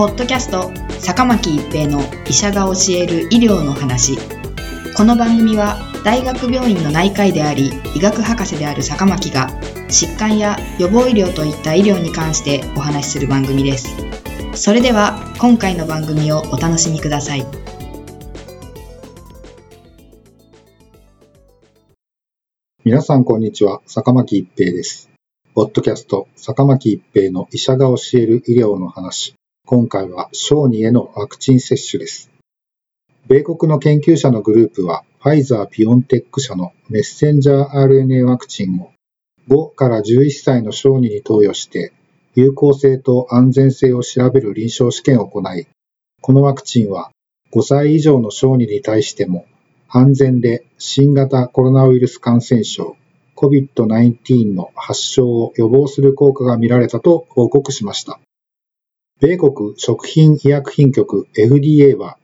ポッドキャスト坂巻一平の医者が教える医療の話。この番組は大学病院の内科医であり医学博士である坂巻が疾患や予防医療といった医療に関してお話しする番組です。それでは今回の番組をお楽しみください。 皆さんこんにちは、坂巻一平です。ポッドキャスト坂巻一平の医者が教える医療の話。今回は小児へのワクチン接種です。米国の研究者のグループはファイザー・ビオンテック社のメッセンジャー RNA ワクチンを5から11歳の小児に投与して有効性と安全性を調べる臨床試験を行い、このワクチンは5歳以上の小児に対しても安全で新型コロナウイルス感染症 COVID-19 の発症を予防する効果が見られたと報告しました。米国食品医薬品局 FDA は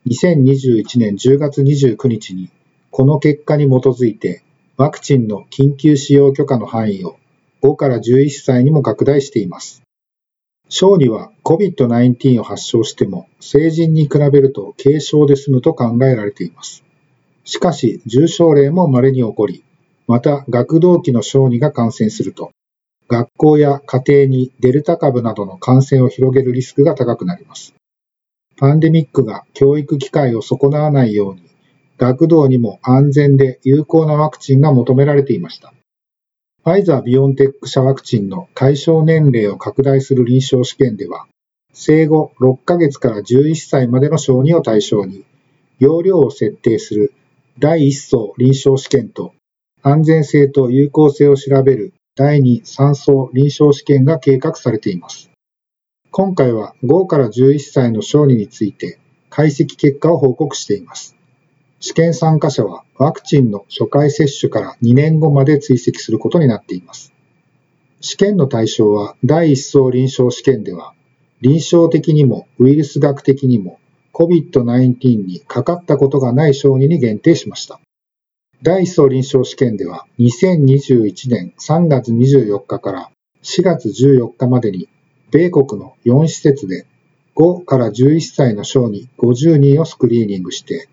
2021年10月29日にこの結果に基づいてワクチンの緊急使用許可の範囲を5から11歳にも拡大しています。小児は COVID-19 を発症しても成人に比べると軽症で済むと考えられています。しかし重症例も稀に起こり、また学童期の小児が感染すると、学校や家庭にデルタ株などの感染を広げるリスクが高くなります。パンデミックが教育機会を損なわないように、学童にも安全で有効なワクチンが求められていました。ファイザー・ビオンテック社ワクチンの対象年齢を拡大する臨床試験では、生後6ヶ月から11歳までの小児を対象に、容量を設定する第1層臨床試験と安全性と有効性を調べる第2、3層臨床試験が計画されています。今回は5から11歳の小児について解析結果を報告しています。試験参加者はワクチンの初回接種から2年後まで追跡することになっています。試験の対象は第1層臨床試験では臨床的にもウイルス学的にもCOVID-19 にかかったことがない小児に限定しました。第1層臨床試験では2021年3月24日から4月14日までに米国の4施設で5から11歳の小児50人をスクリーニングして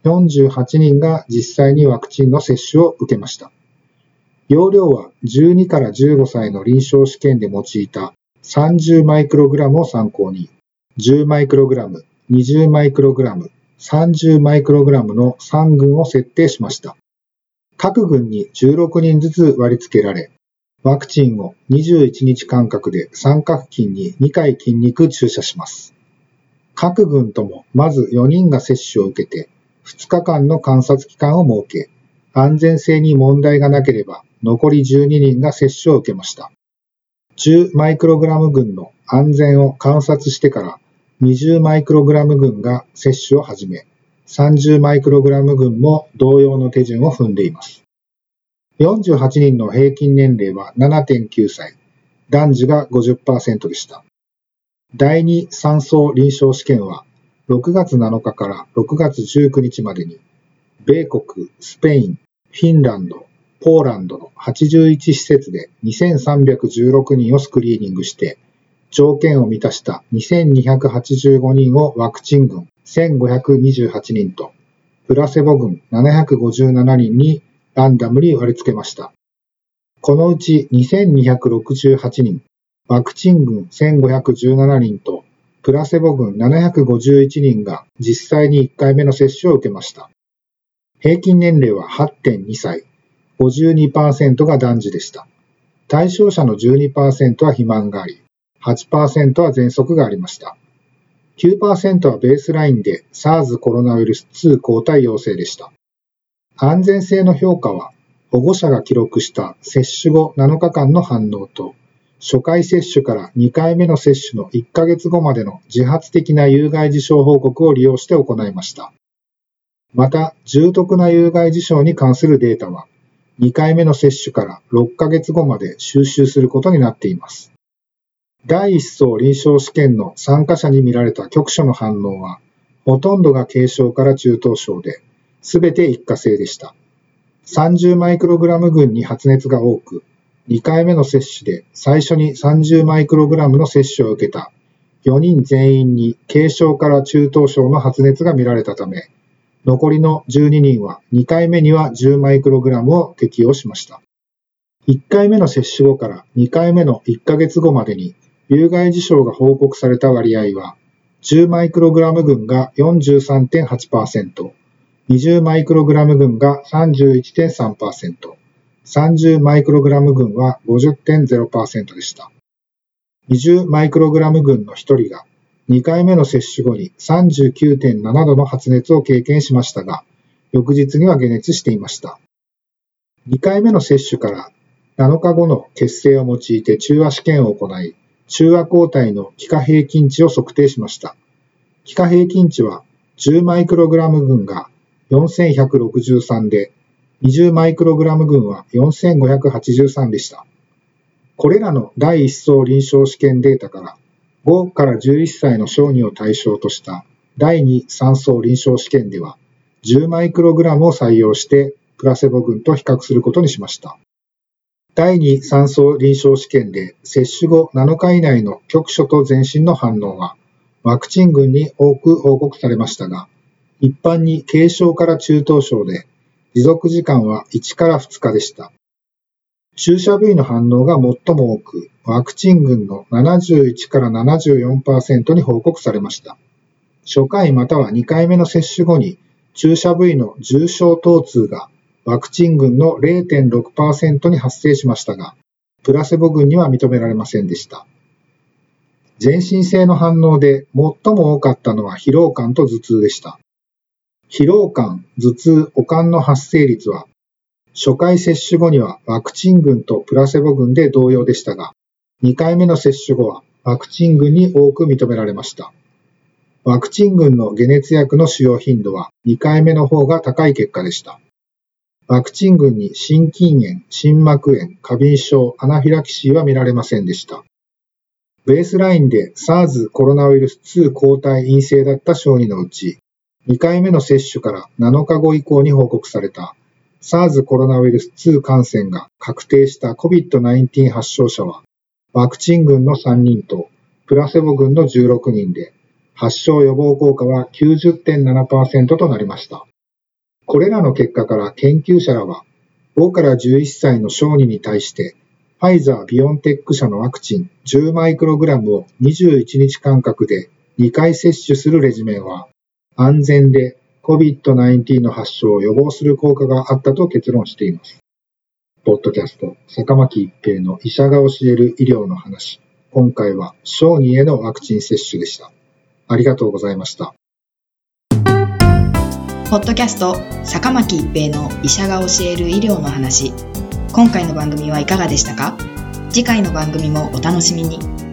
48人が実際にワクチンの接種を受けました。容量は12から15歳の臨床試験で用いた30マイクログラムを参考に10マイクログラム、20マイクログラム、30マイクログラムの3群を設定しました。各群に16人ずつ割り付けられ、ワクチンを21日間隔で三角筋に2回筋肉注射します。各群ともまず4人が接種を受けて、2日間の観察期間を設け、安全性に問題がなければ残り12人が接種を受けました。10マイクログラム群の安全を観察してから20マイクログラム群が接種を始め、30マイクログラム群も同様の手順を踏んでいます。48人の平均年齢は 7.9 歳、男児が 50% でした。第2、3層臨床試験は6月7日から6月19日までに、米国、スペイン、フィンランド、ポーランドの81施設で2316人をスクリーニングして、条件を満たした2285人をワクチン群1528人と、プラセボ群757人にランダムに割り付けました。このうち2268人、ワクチン群1517人と、プラセボ群751人が実際に1回目の接種を受けました。平均年齢は 8.2 歳、52% が男児でした。対象者の 12% は肥満があり、8% は喘息がありました。9% はベースラインで SARS コロナウイルス2抗体陽性でした。安全性の評価は、保護者が記録した接種後7日間の反応と、初回接種から2回目の接種の1ヶ月後までの自発的な有害事象報告を利用して行いました。また、重篤な有害事象に関するデータは、2回目の接種から6ヶ月後まで収集することになっています。第1層臨床試験の参加者に見られた局所の反応は、ほとんどが軽症から中等症で、すべて一過性でした。30マイクログラム群に発熱が多く、2回目の接種で最初に30マイクログラムの接種を受けた 4人全員に軽症から中等症の発熱が見られたため、残りの12人は2回目には10マイクログラムを適用しました。1回目の接種後から2回目の1ヶ月後までに有害事象が報告された割合は、10マイクログラム群が 43.8%、20マイクログラム群が 31.3%、30マイクログラム群は 50.0% でした。20マイクログラム群の1人が2回目の接種後に 39.7 度の発熱を経験しましたが、翌日には解熱していました。2回目の接種から7日後の血清を用いて中和試験を行い、中和抗体の帰化平均値を測定しました。帰化平均値は10マイクログラム群が4163で、20マイクログラム群は4583でした。これらの第1相臨床試験データから5から11歳の小児を対象とした第2、3相臨床試験では10マイクログラムを採用してプラセボ群と比較することにしました。第2、3相臨床試験で接種後7日以内の局所と全身の反応はワクチン群に多く報告されましたが、一般に軽症から中等症で持続時間は1から2日でした。注射部位の反応が最も多く、ワクチン群の71から 74% に報告されました。初回または2回目の接種後に注射部位の重症疼痛がワクチン群の 0.6% に発生しましたが、プラセボ群には認められませんでした。全身性の反応で最も多かったのは疲労感と頭痛でした。疲労感、頭痛、悪寒の発生率は、初回接種後にはワクチン群とプラセボ群で同様でしたが、2回目の接種後はワクチン群に多く認められました。ワクチン群の解熱薬の使用頻度は2回目の方が高い結果でした。ワクチン群に心筋炎、心膜炎、過敏症、アナフィラキシーは見られませんでした。ベースラインで SARS コロナウイルス2抗体陰性だった小児のうち、2回目の接種から7日後以降に報告された SARS コロナウイルス2感染が確定した COVID-19 発症者は、ワクチン群の3人とプラセボ群の16人で、発症予防効果は 90.7% となりました。これらの結果から研究者らは、5から11歳の小児に対して、ファイザー・ビオンテック社のワクチン10マイクログラムを21日間隔で2回接種するレジメンは、安全で COVID-19 の発症を予防する効果があったと結論しています。ポッドキャスト、坂巻一平の医者が教える医療の話。今回は小児へのワクチン接種でした。ありがとうございました。 ポッドキャスト、坂巻一平の医者が教える医療の話。今回の番組はいかがでしたか？次回の番組もお楽しみに。